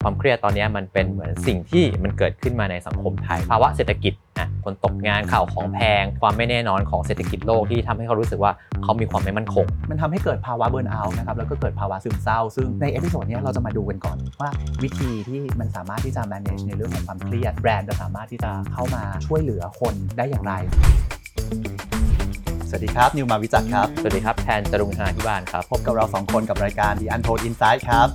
ความเครียดตอนนี้มันเป็นเหมือนสิ่งที่มันเกิดขึ้นมาในสังคมไทยภาวะเศรษฐกิจคนตกงานข่าวของแพงความไม่แน่นอนของเศรษฐกิจโลกที่ทำให้เขารู้สึกว่าเขามีความไม่มั่นคงมันทำให้เกิดภาวะเบิร์นเอาท์นะครับแล้วก็เกิดภาวะซึมเศร้าซึ่งในเอพิโซดนี้เราจะมาดูกันก่อนว่าวิธีที่มันสามารถที่จะ manage ในเรื่องของความเครียดแบรนด์จะสามารถที่จะเข้ามาช่วยเหลือคนได้อย่างไรสวัสดีครับนิวมาวิจักรครับสวัสดีครับแทนจรุงธนาธิบาลครับพบกับเรา2คนกับรายการ The Untold Insight ครับ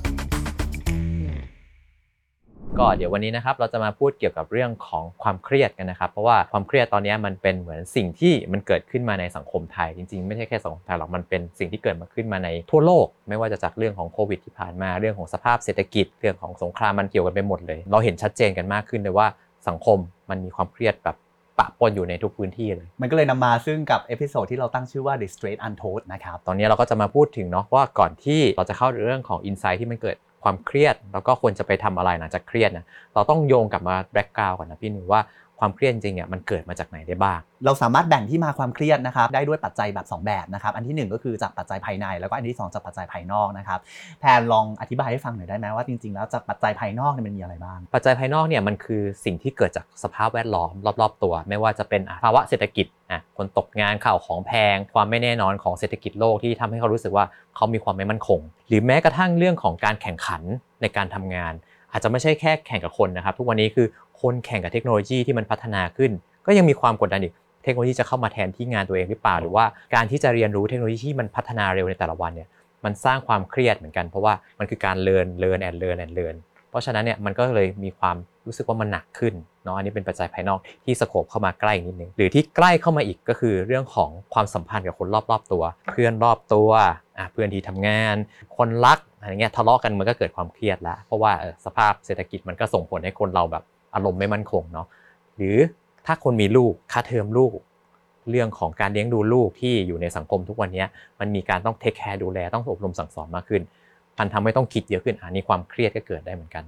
ก็เดี๋ยววันนี้นะครับเราจะมาพูดเกี่ยวกับเรื่องของความเครียดกันนะครับเพราะว่าความเครียดตอนนี้มันเป็นเหมือนสิ่งที่มันเกิดขึ้นมาในสังคมไทยจริงๆไม่ใช่แค่สังคมไทยหรอกมันเป็นสิ่งที่เกิดมาขึ้นมาในทั่วโลกไม่ว่าจะจากเรื่องของโควิดที่ผ่านมาเรื่องของสภาพเศรษฐกิจเรื่องของสงครามมันเกี่ยวกันไปหมดเลยเราเห็นชัดเจนกันมากขึ้นเลยว่าสังคมมันมีความเครียดแบบปะปนอยู่ในทุกพื้นที่เลยมันก็เลยนำมาซึ่งกับเอพิโซดที่เราตั้งชื่อว่า The Straight Untold นะครับตอนนี้เราก็จะมาพูดถึงเนาะว่าก่อนที่เราจะเข้าเรื่องของ insight ที่มันเกิดความเครียดแล้วก็ควรจะไปทำอะไรหลังจากเครียดนะเราต้องโยงกลับมาแบ็กกราวด์ก่อนนะพี่หนึ่งว่าความเครียดจริงๆมันเกิดมาจากไหนได้บ้างเราสามารถแบ่งที่มาความเครียดนะครับได้ด้วยปัจจัยแบบ2แบบนะครับอันที่1ก็คือจากปัจจัยภายในแล้วก็อันที่2จากปัจจัยภายนอกนะครับแทนลองอธิบายให้ฟังหน่อยได้ไหมว่าจริงๆแล้วจากปัจจัยภายนอกเนี่ยมันมีอะไรบ้างปัจจัยภายนอกเนี่ยมันคือสิ่งที่เกิดจากสภาพแวดล้อมรอบๆตัวไม่ว่าจะเป็นภาวะเศรษฐกิจคนตกงานข่าวของแพงความไม่แน่นอนของเศรษฐกิจโลกที่ทำให้เขารู้สึกว่าเขามีความไม่มั่นคงหรือแม้กระทั่งเรื่องของการแข่งขันในการทำงานอาจจะไม่ใช่แค่แข่งกับคนนะครับทุกวันนี้คือคนแข่งกับเทคโนโลยีที่มันพัฒนาขึ้นก็ยังมีความกดดันอีกเทคโนโลยีจะเข้ามาแทนที่งานตัวเองหรือเปล่าหรือว่าการที่จะเรียนรู้เทคโนโลยีที่มันพัฒนาเร็วในแต่ละวันเนี่ยมันสร้างความเครียดเหมือนกันเพราะว่ามันคือการเรียนเพราะฉะนั้นเนี่ยมันก็เลยมีความรู้สึกว่ามันหนักขึ้นเนาะอันนี้เป็นปัจจัยภายนอกที่สโคปเข้ามาใกล้นิดนึงหรือที่ใกล้เข้ามาอีกก็คือเรื่องของความสัมพันธ์กับคนรอบๆตัวเพื่อนรอบตัวเพื่อนที่ทำงานคนรักอะไรเงี้ยทะเลาะกันมันก็เกิดความเครียดแล้วเพราะว่าสภาพเศรษฐกิจมันก็ส่งผลให้คนเราแบบอารมณ์ไม่มั่นคงเนาะหรือถ้าคนมีลูกค่าเทอมลูกเรื่องของการเลี้ยงดูลูกที่อยู่ในสังคมทุกวันนี้มันมีการต้องเทคแคร์ดูแลต้องอบรมสั่งสอนมากขึ้นมันทำให้ต้องคิดเยอะขึ้นนี่ความเครียดก็เกิดได้เหมือนกัน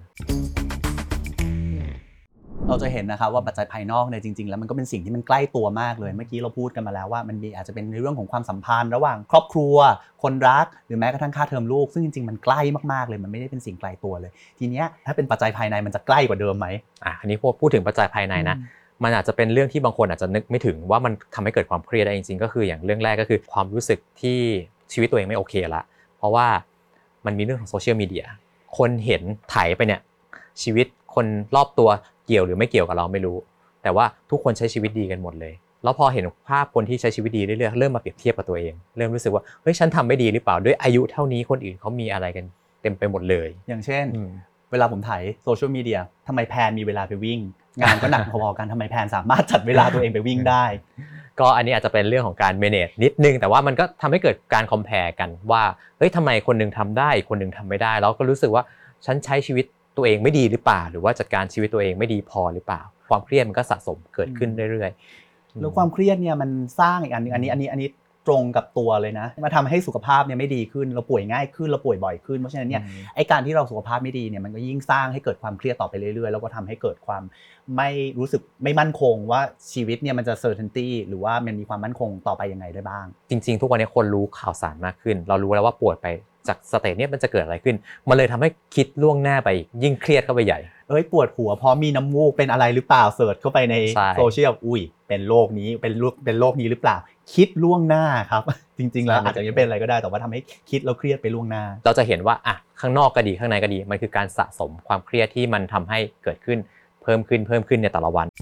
เราจะเห็นนะครับว่าปัจจัยภายนอกเนี่ยจริงๆแล้วมันก็เป็นสิ่งที่มันใกล้ตัวมากเลยเมื่อกี้เราพูดกันมาแล้วว่ามันมีอาจจะเป็นในเรื่องของความสัมพันธ์ระหว่างครอบครัวคนรักหรือแม้กระทั่งค่าเทอมลูกซึ่งจริงๆมันใกล้มากๆเลยมันไม่ได้เป็นสิ่งไกลตัวเลยทีเนี้ยถ้าเป็นปัจจัยภายในมันจะใกล้กว่าเดิมไหมอันนี้พูดถึงปัจจัยภายในนะมันอาจจะเป็นเรื่องที่บางคนอาจจะนึกไม่ถึงว่ามันทำให้เกิดความเครียดได้จริงๆก็คืออย่างเรื่องแรกก็คือความรู้สึกที่ชีวิตตัวเองไม่โอเคละเพราะว่ามันมีเรื่องของโซเชียลมีเดียคนเห็นไถไปเนี่ยชีวิตคนรอบตัวเกี่ยวหรือไม่เกี่ยวกับเราไม่รู้แต่ว่าทุกคนใช้ชีวิตดีกันหมดเลยแล้วพอเห็นภาพคนที่ใช้ชีวิตดีเรื่อยๆเริ่มมาเปรียบเทียบกับตัวเองเริ่มรู้สึกว่าเฮ้ยฉันทำไม่ดีหรือเปล่าด้วยอายุเท่านี้คนอื่นเขามีอะไรกันเต็มไปหมดเลยอย่างเช่นเวลาผมถ่ายโซเชียลมีเดียทำไมแพนมีเวลาไปวิ่งงานก็หนักพอๆกันทำไมแพนสามารถจัดเวลาตัวเองไปวิ่งได้ก็อันนี้อาจจะเป็นเรื่องของการ manage นิดนึงแต่ว่ามันก็ทำให้เกิดการ compare กันว่าเฮ้ยทำไมคนนึงทำได้คนนึงทำไม่ได้แล้วก็รู้สึกว่าฉันใช้ชีวิตตัวเองไม่ดีหรือเปล่าหรือว่าจัดการชีวิตตัวเองไม่ดีพอหรือเปล่าความเครียดมันก็สะสมเกิดขึ้นเรื่อยๆแล้วความเครียดเนี่ยมันสร้างอีกอันนึงอันนี้ตรงกับตัวเลยนะมาทำให้สุขภาพเนี่ยไม่ดีขึ้นเราป่วยง่ายขึ้นเราป่วยบ่อยขึ้นเพราะฉะนั้นเนี่ยไอ้การที่เราสุขภาพไม่ดีเนี่ยมันก็ยิ่งสร้างให้เกิดความเครียดต่อไปเรื่อยๆแล้วก็ทำให้เกิดความไม่รู้สึกไม่มั่นคงว่าชีวิตเนี่ยมันจะ certainty หรือว่ามันมีความมั่นคงต่อไปยังไงได้บ้างจริงๆทุกวันนี้คนรู้ข่าวสารมากขึ้นเรารู้แล้วว่าป่วยไปจากสเตจนี้มันจะเกิดอะไรขึ้นมันเลยทำให้คิดล่วงหน้าไปยิ่งเครียดเข้าไปใหญ่ปวดหัวเพราะมีน้ำมูกเป็นอะไรหรือเปล่าเสิร์ชเข้าไปในโซเชียลเป็นโรคนี้เป็นโรคนี้หรือเปล่าคิดล่วงหน้าครับจริงๆแล้วอาจจะไม่เป็นอะไรก็ได้แต่ว่าทำให้คิดแล้วเครียดไปล่วงหน้าเราจะเห็นว่าข้างนอกก็ดีข้างในก็ดีมันคือการสะสมความเครียดที่มันทำให้เกิดขึ้นเพิ่มขึ้นในแต่ละวัน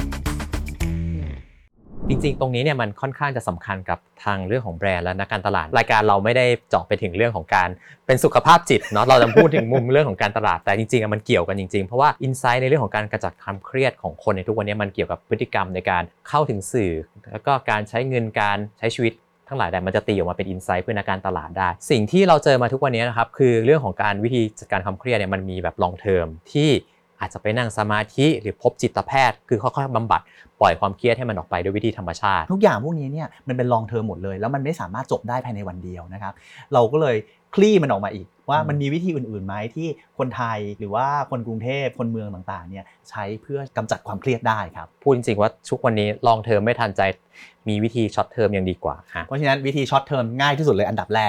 จริงๆตรงนี้เนี่ยมันค่อนข้างจะสำคัญกับทางเรื่องของแบรนด์และนักการตลาดรายการเราไม่ได้เจาะไปถึงเรื่องของการเป็นสุขภาพจิตเนาะเราจะพูดถึงมุมเรื่องของการตลาดแต่จริงๆมันเกี่ยวกันจริงๆเพราะว่าอินไซต์ในเรื่องของการกระจัดความเครียดของคนในทุกวันนี้มันเกี่ยวกับพฤติกรรมในการเข้าถึงสื่อแล้วก็การใช้เงินการใช้ชีวิตทั้งหลายมันจะตีออกมาเป็นอินไซต์เพื่อนักการตลาดได้สิ่งที่เราเจอมาทุกวันนี้นะครับคือเรื่องของการวิธีจัดการความเครียดเนี่ยมันมีแบบลองเทอมที่อาจจะไปนั่งสมาธิหรือพบจิตแพทย์คือค่อยๆบำบัดปล่อยความเครียดให้มันออกไปด้วยวิธีธรรมชาติทุกอย่างพวกนี้เนี่ยมันเป็นลองเทอมหมดเลยแล้วมันไม่สามารถจบได้ภายในวันเดียวนะครับเราก็เลยคลี่มันออกมาอีกว่ามันมีวิธีอื่นๆไหมที่คนไทยหรือว่าคนกรุงเทพคนเมืองต่างๆเนี่ยใช้เพื่อกำจัดความเครียดได้ครับพูดจริงๆว่าทุกวันนี้ลองเทอมไม่ทันใจมีวิธีช็อตเทอมยังดีกว่าเพราะฉะนั้นวิธีช็อตเทอมง่ายที่สุดเลยอันดับแรก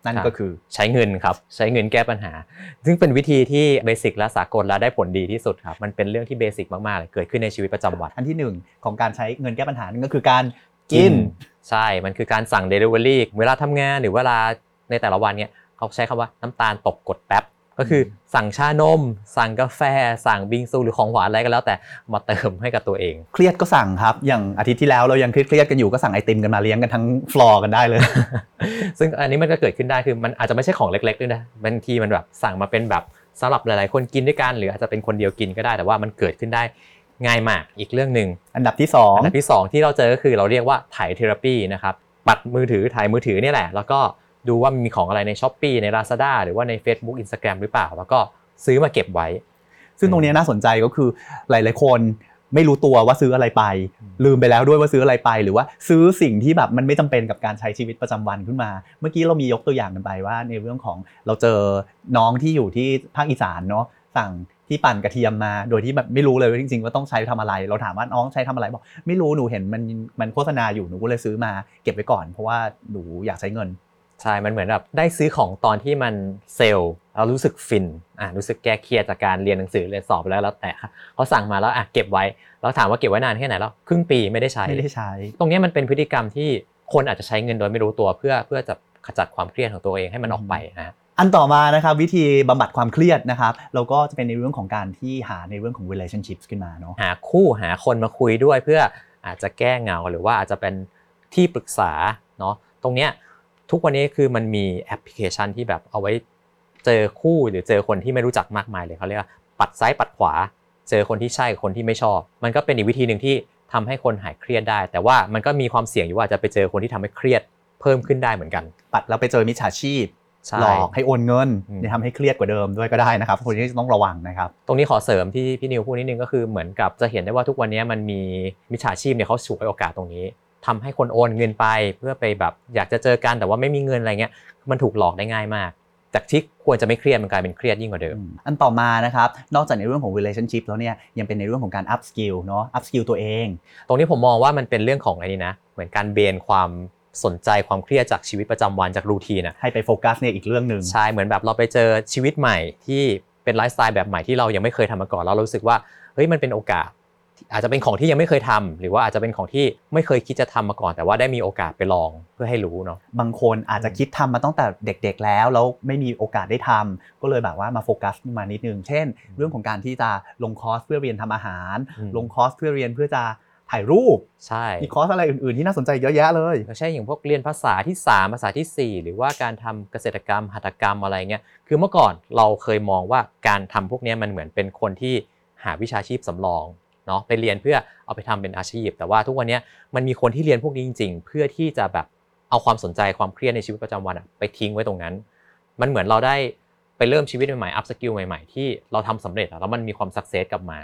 นั่นก็คือใช้เงินครับใช้เงินแก้ปัญหาซึ่งเป็นวิธีที่เบสิกและสากลและได้ผลดีที่สุดครับมันเป็นเรื่องที่เบสิกมากๆเลยเกิดขึ้นในชีวิตประจำวันอันที่1ของการใช้เงินแก้ปัญหานั่นก็คือการกินใช่มันคือการสั่ง Delivery เวลาทำงานหรือเวลาในแต่ละวันเนี่ยเขาใช้คำว่าน้ำตาลตกกดแป๊บก็คือสั่งชานมสั่งกาแฟสั่งบิงซูหรือของหวานอะไรก็แล้วแต่มาเติมให้กับตัวเองเครียดก็สั่งครับอย่างอาทิตย์ที่แล้วเรายังเครียดกันอยู่ก็สั่งไอติมกันมาเลี้ยงกันทั้งฟลอร์กันได้เลยซึ่งอันนี้มันก็เกิดขึ้นได้คือมันอาจจะไม่ใช่ของเล็กๆด้วยนะบางทีมันแบบสั่งมาเป็นแบบสำหรับหลายๆคนกินด้วยกันหรืออาจจะเป็นคนเดียวกินก็ได้แต่ว่ามันเกิดขึ้นได้ง่ายมากอีกเรื่องนึงอันดับที่ 2ที่เราเจอก็คือเราเรียกว่าถ่ายเทอราปีนะครับปัดมือถือถ่ายมือถือนี่แหละแล้วก็ดูว่ามีของอะไรใน Shopee ใน Lazada หรือว่าใน Facebook Instagram หรือเปล่าแล้วก็ซื้อมาเก็บไว้ซึ่งตรงนี้น่าสนใจก็คือหลายๆคนไม่รู้ตัวว่าซื้ออะไรไปลืมไปแล้วด้วยว่าซื้ออะไรไปหรือว่าซื้อสิ่งที่แบบมันไม่จำเป็นกับการใช้ชีวิตประจำวันขึ้นมาเมื่อกี้เรามียกตัวอย่างกันไปว่าในเรื่องของเราเจอน้องที่อยู่ที่ภาคอีสานเนาะสั่งที่ปั่นกระเทียมมาโดยที่แบบไม่รู้เลยว่าจริงๆว่าต้องใช้ทำอะไรเราถามว่าน้องใช้ทำอะไรบอกไม่รู้หนูเห็นมันโฆษณาอยู่หนูก็เลยซื้อมาเก็บไว้ก่อนเพราะว่าหนูอยากใช้เงินใช่มันเหมือนแบบได้ซื้อของตอนที่มันเซลล์เรารู้สึกฟินรู้สึกแก้เครียดจากการเรียนหนังสือเรียนสอบแล้วแต่เขาสั่งมาแล้วเก็บไว้แล้วถามว่าเก็บไว้นานแค่ไหนแล้วครึ่งปีไม่ได้ใช้ตรงนี้มันเป็นพฤติกรรมที่คนอาจจะใช้เงินโดยไม่รู้ตัวเพื่อจะขจัดความเครียดของตัวเองให้มันออกไปนะอันต่อมานะครับวิธีบำบัดความเครียดนะครับเราก็จะเป็นในเรื่องของการที่หาในเรื่องของ relationships ขึ้นมาเนาะหาคู่หาคนมาคุยด้วยเพื่ออาจจะแก้เหงาหรือว่าอาจจะเป็นที่ปรึกษาเนาะตรงเนี้ยทุกวันนี้คือมันมีแอปพลิเคชันที่แบบเอาไว้เจอคู่หรือเจอคนที่ไม่รู้จักมากมายเลยเขาเรียกว่าปัดซ้ายปัดขวาเจอคนที่ใช่กับคนที่ไม่ชอบมันก็เป็นอีกวิธีนึงที่ทำให้คนหายเครียดได้แต่ว่ามันก็มีความเสี่ยงอยู่ว่าจะไปเจอคนที่ทำให้เครียดเพิ่มขึ้นได้เหมือนกันปัดแล้วไปเจอมิจฉาชีพหลอกให้โอนเงินจะทำให้เครียดกว่าเดิมด้วยก็ได้นะครับคนนี้ต้องระวังนะครับตรงนี้ขอเสริมที่พี่นิวพูดนิดนึงก็คือเหมือนกับจะเห็นได้ว่าทุกวันนี้มันมีมิจฉาชีพเนี่ยเขาฉวยโอกาสตรงนี้ทำให้คนโอนเงินไปเพื่อไปแบบอยากจะเจอกันแต่ว่าไม่มีเงินอะไรเงี้ยมันถูกหลอกได้ง่ายมากจากที่ควรจะไม่เครียดมันกลายเป็นเครียดยิ่งกว่าเดิมอันต่อมานะครับนอกจากในเรื่องของ relationship แล้วเนี่ยยังเป็นในเรื่องของการ up skill เนาะ up skill ตัวเองตรงนี้ผมมองว่ามันเป็นเรื่องของอะไรนี่นะเหมือนการเบนความสนใจความเครียดจากชีวิตประจำวันจากรูทีนให้ไปโฟกัสในอีกเรื่องนึงใช่เหมือนแบบเราไปเจอชีวิตใหม่ที่เป็นไลฟ์สไตล์แบบใหม่ที่เรายังไม่เคยทำมาก่อนแล้วเรารู้สึกว่าเฮ้ยมันเป็นโอกาสอาจจะเป็นของที่ยังไม่เคยทำหรือว่าอาจจะเป็นของที่ไม่เคยคิดจะทำมาก่อนแต่ว่าได้มีโอกาสไปลองเพื่อให้รู้เนาะบางคนอาจจะคิดทำมาตั้งแต่เด็กๆแล้วไม่มีโอกาสได้ทำก็เลยแบบว่ามาโฟกัสมานิดนึงเช่นเรื่องของการที่จะลงคอร์สเพื่อเรียนทำอาหารลงคอร์สเพื่อเรียนเพื่อจะถ่ายรูปใช่มีคอร์สอะไรอื่นๆที่น่าสนใจเยอะแยะเลยใช่อย่างพวกเรียนภาษาที่3ภาษาที่4หรือว่าการทำเกษตรกรรมหัตถกรรมอะไรเงี้ยคือเมื่อก่อนเราเคยมองว่าการทำพวกนี้มันเหมือนเป็นคนที่หาวิชาชีพสำรองเนาะไปเรียนเพื่อเอาไปทำเป็นอาชีพแต่ว่าทุกวันนี้มันมีคนที่เรียนพวกนี้จริงๆเพื่อที่จะแบบเอาความสนใจความเครียดในชีวิตประจำวันไปทิ้งไว้ตรงนั้นมันเหมือนเราได้ไปเริ่มชีวิตใหม่ๆอัพสกิลใหม่ๆที่เราทำสำเร็จแล้วมันมีความสักเซสกลับมา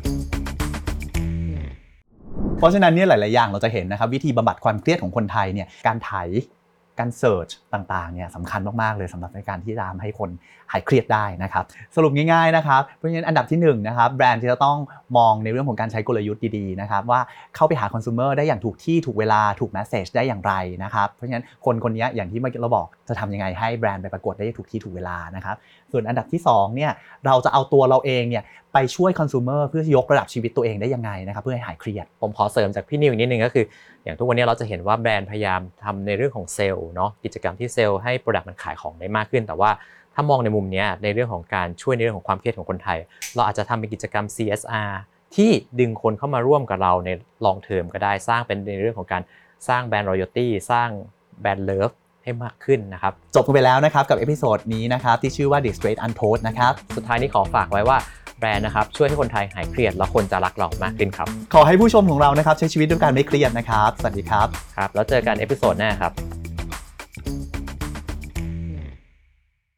เพราะฉะนั้นเนี่ยหลายๆอย่างเราจะเห็นนะครับวิธีบำบัดความเครียดของคนไทยเนี่ยการไถการเสิร์ชต่างๆเนี่ยสำคัญมากๆเลยสำหรับในการที่จะทำให้คนหายเครียดได้นะครับสรุปง่ายๆนะครับเพราะฉะนั้นอันดับที่1นะครับแบรนด์ที่จะต้องมองในเรื่องของการใช้กลยุทธ์ดีๆนะครับว่าเข้าไปหาคอน sumer ได้อย่างถูกที่ถูกเวลาถูก message ได้อย่างไรนะครับเพราะฉะนั้นคนนี้อย่างที่เมื่อกี้เราบอกจะทำยังไงให้แบรนด์ไปปรากฏได้ถูกที่ถูกเวลานะครับส่วนอันดับที่2เนี่ยเราจะเอาตัวเราเองเนี่ยไปช่วยคอน sumer เพื่อยกระดับชีวิตตัวเองได้ยังไงนะครับเพื่อให้หายเครียดผมขอเสริมจากพี่นิวนิดนึงก็คืออย่างทุกวันนี้เราจะเห็นว่าแบรนด์พยายามทำในเรื่องของเซลล์เนาะกิจกรรมที่เซลล์ให้ product มันขายของได้มากขึ้นแต่ว่าถ้ามองในมุมนี้ในเรื่องของการช่วยในเรื่องของความเครียดของคนไทยเราอาจจะทำเป็นกิจกรรม CSR ที่ดึงคนเข้ามาร่วมกับเราใน long term ก็ได้สร้างเป็นในเรื่องของการสร้างแบรนด์ loyalty สร้างแบรนด์ love ให้มากขึ้นนะครับจบไปแล้วนะครับกับเอพิโซดนี้นะครับที่ชื่อว่า The Straight Untold นะครับสุดท้ายนี้ขอฝากไว้ว่าแบรนด์นะครับช่วยให้คนไทยหายเครียดแล้วคนจะรักเรามากขึ้นครับขอให้ผู้ชมของเรานะครับใช้ชีวิตด้วยการไม่เครียดนะครับสวัสดีครับครับแล้วเจอกันเอพิโซดหน้าครับ